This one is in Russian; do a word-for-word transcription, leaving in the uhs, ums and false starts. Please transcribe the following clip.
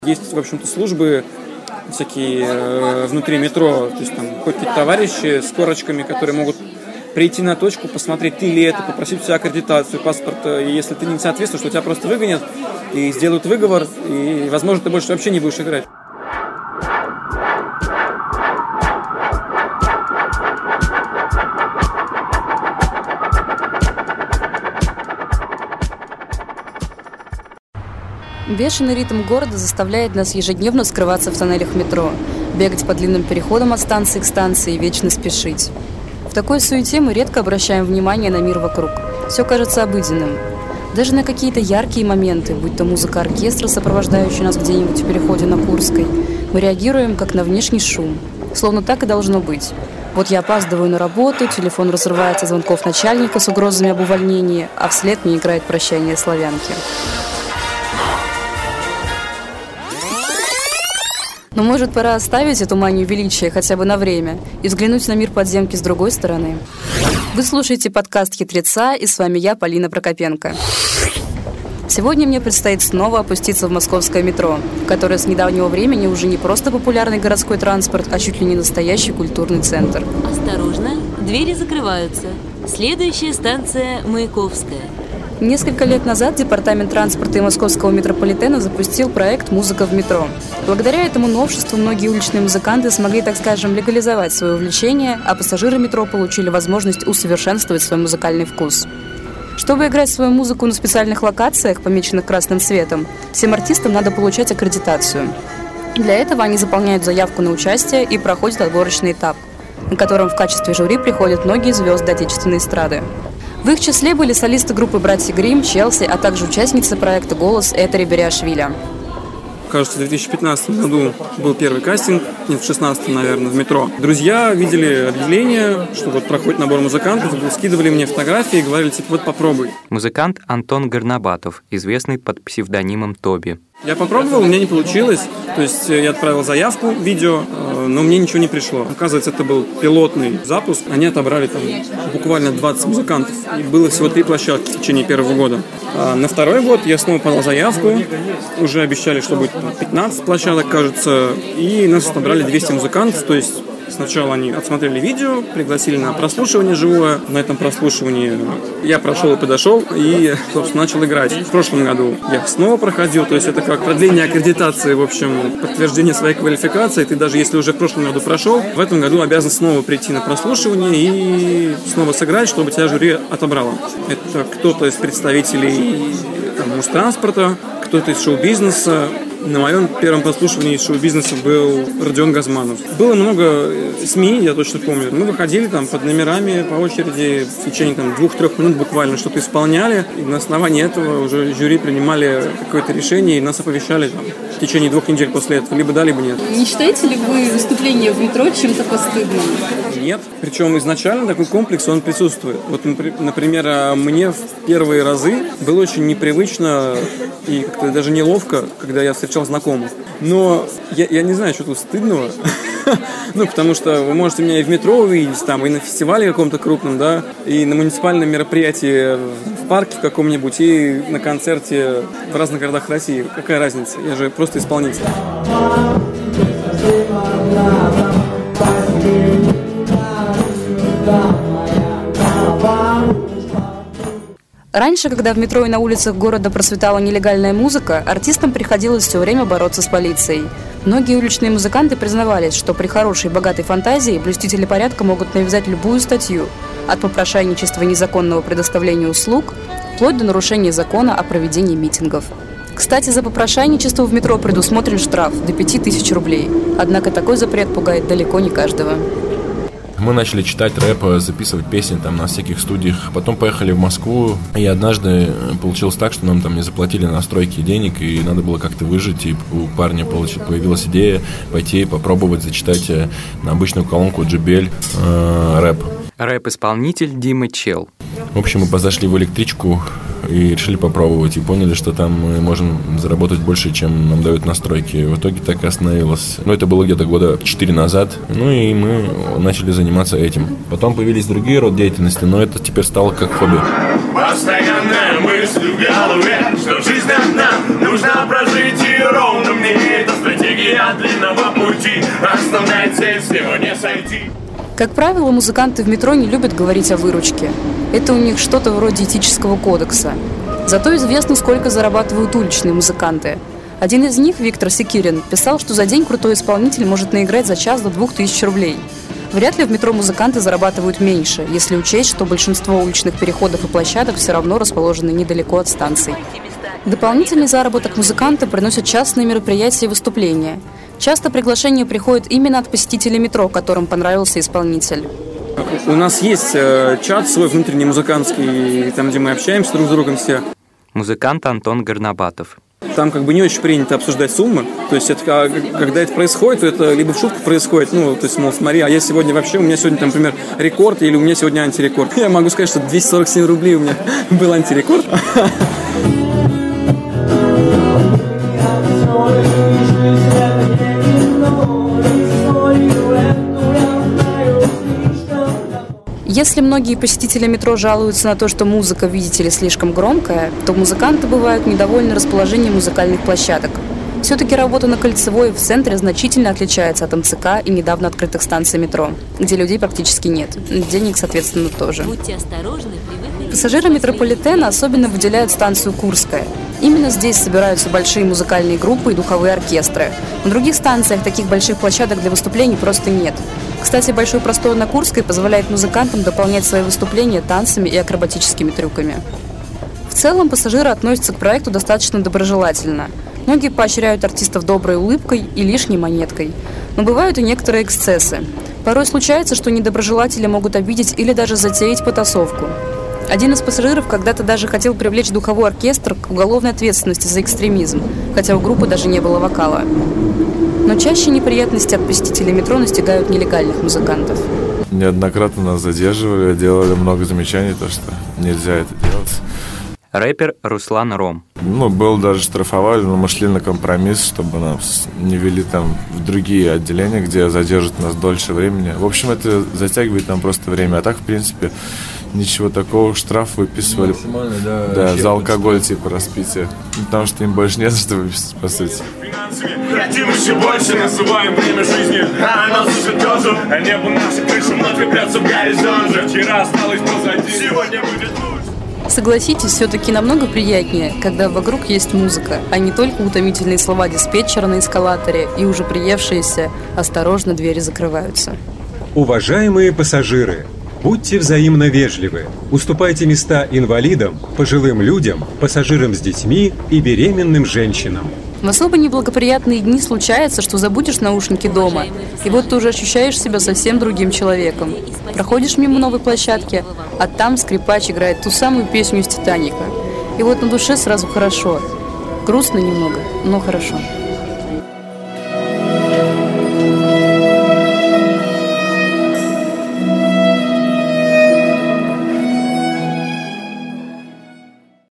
Есть, в общем-то, службы всякие э, внутри метро, то есть там ходят какие-то товарищи с корочками, которые могут прийти на точку, посмотреть, ты ли это, попросить у тебя аккредитацию, паспорт, и если ты не соответствуешь, что тебя просто выгонят и сделают выговор, и, возможно, ты больше вообще не будешь играть. Бешеный ритм города заставляет нас ежедневно скрываться в тоннелях метро, бегать по длинным переходам от станции к станции и вечно спешить. В такой суете мы редко обращаем внимание на мир вокруг. Все кажется обыденным. Даже на какие-то яркие моменты, будь то музыка оркестра, сопровождающая нас где-нибудь в переходе на Курской, мы реагируем как на внешний шум. Словно так и должно быть. Вот я опаздываю на работу, телефон разрывается от звонков начальника с угрозами об увольнении, а вслед мне играет «Прощание славянки». Но, может, пора оставить эту манию величия хотя бы на время и взглянуть на мир подземки с другой стороны? Вы слушаете подкаст «Хитреца», и с вами я, Полина Прокопенко. Сегодня мне предстоит снова опуститься в московское метро, которое с недавнего времени уже не просто популярный городской транспорт, а чуть ли не настоящий культурный центр. Осторожно, двери закрываются. Следующая станция Маяковская. Несколько лет назад Департамент транспорта и московского метрополитена запустил проект «Музыка в метро». Благодаря этому новшеству многие уличные музыканты смогли, так скажем, легализовать свое увлечение, а пассажиры метро получили возможность усовершенствовать свой музыкальный вкус. Чтобы играть свою музыку на специальных локациях, помеченных красным цветом, всем артистам надо получать аккредитацию. Для этого они заполняют заявку на участие и проходят отборочный этап, на котором в качестве жюри приходят многие звезды отечественной эстрады. В их числе были солисты группы «Братья Гримм», «Челси», а также участницы проекта «Голос» Этери Бериашвили. Кажется, в две тысячи пятнадцатом году был первый кастинг, нет, в шестнадцатом, наверное, в метро. Друзья видели объявление, что вот проходит набор музыкантов, скидывали мне фотографии и говорили, типа, вот попробуй. Музыкант Антон Горнобатов, известный под псевдонимом Тоби. Я попробовал, у меня не получилось, то есть я отправил заявку, видео, но мне ничего не пришло. Оказывается, это был пилотный запуск, они отобрали там буквально двадцать музыкантов, и было всего три площадки в течение первого года. А на второй год я снова подал заявку, уже обещали, что будет пятнадцать площадок, кажется, и нас отобрали двести музыкантов, то есть сначала они отсмотрели видео, пригласили на прослушивание живое. На этом прослушивании я прошел и подошел, и, собственно, начал играть. В прошлом году я снова проходил, то есть это как продление аккредитации, в общем, подтверждение своей квалификации. Ты даже если уже в прошлом году прошел, в этом году обязан снова прийти на прослушивание и снова сыграть, чтобы тебя жюри отобрало. Это кто-то из представителей там, Мустранспорта, кто-то из шоу-бизнеса. На моем первом прослушивании из шоу-бизнеса был Родион Газманов. Было много СМИ, я точно помню. Мы выходили там под номерами по очереди в течение там, двух-трех минут буквально что-то исполняли. И на основании этого уже жюри принимали какое-то решение и нас оповещали там, в течение двух недель после этого. Либо да, либо нет. Не считаете ли вы выступление в метро чем-то постыдным? Нет. Причем изначально такой комплекс, он присутствует. Вот, например, мне в первые разы было очень непривычно и как-то даже неловко, когда я встречал знакомых. Но я, я не знаю, что тут стыдного. Ну, потому что вы можете меня и в метро увидеть, там, и на фестивале каком-то крупном, да, и на муниципальном мероприятии в парке в каком-нибудь, и на концерте в разных городах России. Какая разница? Я же просто исполнитель. Раньше, когда в метро и на улицах города процветала нелегальная музыка, артистам приходилось все время бороться с полицией. Многие уличные музыканты признавались, что при хорошей и богатой фантазии блюстители порядка могут навязать любую статью, от попрошайничества и незаконного предоставления услуг, вплоть до нарушения закона о проведении митингов. Кстати, за попрошайничество в метро предусмотрен штраф до пяти тысяч рублей. Однако такой запрет пугает далеко не каждого. Мы начали читать рэп, записывать песни там на всяких студиях. Потом поехали в Москву. И однажды получилось так, что нам там не заплатили на стройки денег, и надо было как-то выжить. И у парня появилась идея пойти попробовать зачитать на обычную колонку джей би эл э, рэп. Рэп-исполнитель Дима Чел. В общем, мы позашли в электричку и решили попробовать. И поняли, что там мы можем заработать больше, чем нам дают на стройке. В итоге так и остановилось. Ну, это было где-то года четыре назад. Ну, и мы начали заниматься этим. Потом появились другие роды деятельности, но это теперь стало как хобби. Постоянная мысль в голове, что жизнь одна, нужно прожить ее ровно мне. Как правило, музыканты в метро не любят говорить о выручке. Это у них что-то вроде этического кодекса. Зато известно, сколько зарабатывают уличные музыканты. Один из них, Виктор Секирин, писал, что за день крутой исполнитель может наиграть за час до двух тысяч рублей. Вряд ли в метро музыканты зарабатывают меньше, если учесть, что большинство уличных переходов и площадок все равно расположены недалеко от станций. Дополнительный заработок музыканта приносят частные мероприятия и выступления. Часто приглашения приходят именно от посетителей метро, которым понравился исполнитель. У нас есть э, чат свой внутренний музыкантский, там, где мы общаемся друг с другом все. Музыкант Антон Горнабатов. Там как бы не очень принято обсуждать суммы. То есть это, когда это происходит, то это либо в шутку происходит, ну, то есть, мол, смотри, а я сегодня вообще, у меня сегодня, там, например, рекорд, или у меня сегодня антирекорд. Я могу сказать, что двести сорок семь рублей у меня был антирекорд. Если многие посетители метро жалуются на то, что музыка, видите ли, слишком громкая, то музыканты бывают недовольны расположением музыкальных площадок. Все-таки работа на Кольцевой в центре значительно отличается от эм цэ ка и недавно открытых станций метро, где людей практически нет. Денег, соответственно, тоже. Будьте осторожны при выходе. Пассажиры метрополитена особенно выделяют станцию Курская. Именно здесь собираются большие музыкальные группы и духовые оркестры. На других станциях таких больших площадок для выступлений просто нет. Кстати, большой простор на Курской позволяет музыкантам дополнять свои выступления танцами и акробатическими трюками. В целом, пассажиры относятся к проекту достаточно доброжелательно. Многие поощряют артистов доброй улыбкой и лишней монеткой. Но бывают и некоторые эксцессы. Порой случается, что недоброжелатели могут обидеть или даже затеять потасовку. Один из пассажиров когда-то даже хотел привлечь духовой оркестр к уголовной ответственности за экстремизм, хотя у группы даже не было вокала. Но чаще неприятности от посетителей метро настигают нелегальных музыкантов. Неоднократно нас задерживали, делали много замечаний, то что нельзя это делать. Рэпер Руслан Ром. Ну, был даже штрафовали, но мы шли на компромисс, чтобы нас не вели там в другие отделения, где задержат нас дольше времени. В общем, это затягивает нам просто время. А так, в принципе, ничего такого. Штраф выписывали. Максимально, да. Да, за алкоголь, типа, распитие. Потому что им больше не за что выписать, по сути. Хотим еще больше, называем время жизни, а нас уже тоже. А небо нашей крыши вновь припрятся в горизонте. Вчера осталось позади, сегодня будет лучше. Согласитесь, все-таки намного приятнее, когда вокруг есть музыка, а не только утомительные слова диспетчера на эскалаторе и уже приевшиеся «осторожно, двери закрываются». Уважаемые пассажиры, будьте взаимно вежливы. Уступайте места инвалидам, пожилым людям, пассажирам с детьми и беременным женщинам. В особо неблагоприятные дни случается, что забудешь наушники дома, и вот ты уже ощущаешь себя совсем другим человеком. Проходишь мимо новой площадки, а там скрипач играет ту самую песню из «Титаника». И вот на душе сразу хорошо. Грустно немного, но хорошо.